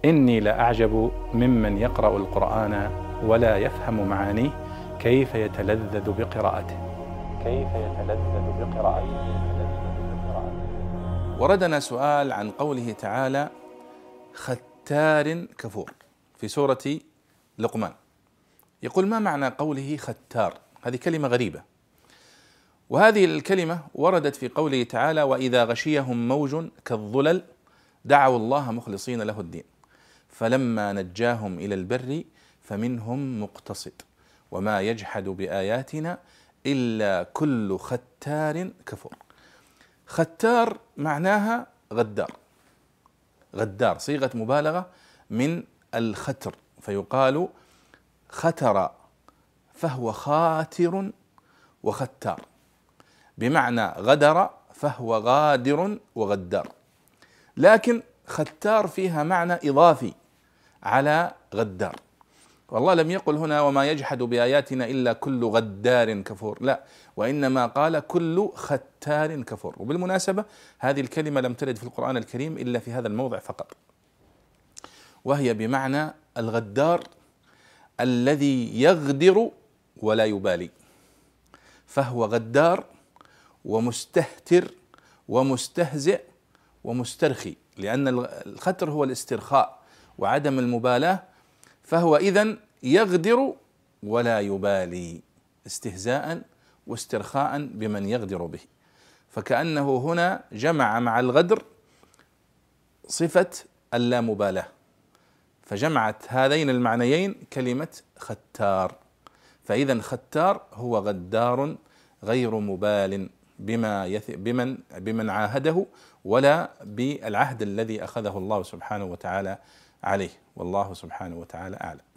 إني لأعجب ممن يقرأ القرآن ولا يفهم معانيه كيف يتلذذ بقراءته. وردنا سؤال عن قوله تعالى ختار كفور في سورة لقمان. يقول: ما معنى قوله ختار؟ هذه كلمة غريبة، وهذه الكلمة وردت في قوله تعالى: وإذا غشيهم موج كالظلل دعوا الله مخلصين له الدين فلما نجاهم إلى البر فمنهم مقتصد وما يجحد بآياتنا إلا كل ختار كفور. ختار معناها غدار، غدار صيغة مبالغة من الختر، فيقال ختر فهو خاتر وختار، بمعنى غدر فهو غادر وغدار، لكن ختار فيها معنى إضافي على غدار. والله لم يقل هنا وما يجحد بآياتنا إلا كل غدار كفور، لا، وإنما قال كل ختار كفور. وبالمناسبة هذه الكلمة لم ترد في القرآن الكريم إلا في هذا الموضع فقط، وهي بمعنى الغدار الذي يغدر ولا يبالي، فهو غدار ومستهتر ومستهزئ ومسترخي، لأن الختر هو الاسترخاء وعدم المبالاة، فهو إذن يغدر ولا يبالي استهزاء واسترخاء بمن يغدر به، فكأنه هنا جمع مع الغدر صفة اللامبالاة، فجمعت هذين المعنيين كلمة ختار. فإذا ختار هو غدار غير مبال بمن عاهده ولا بالعهد الذي أخذه الله سبحانه وتعالى عليه، والله سبحانه وتعالى أعلم.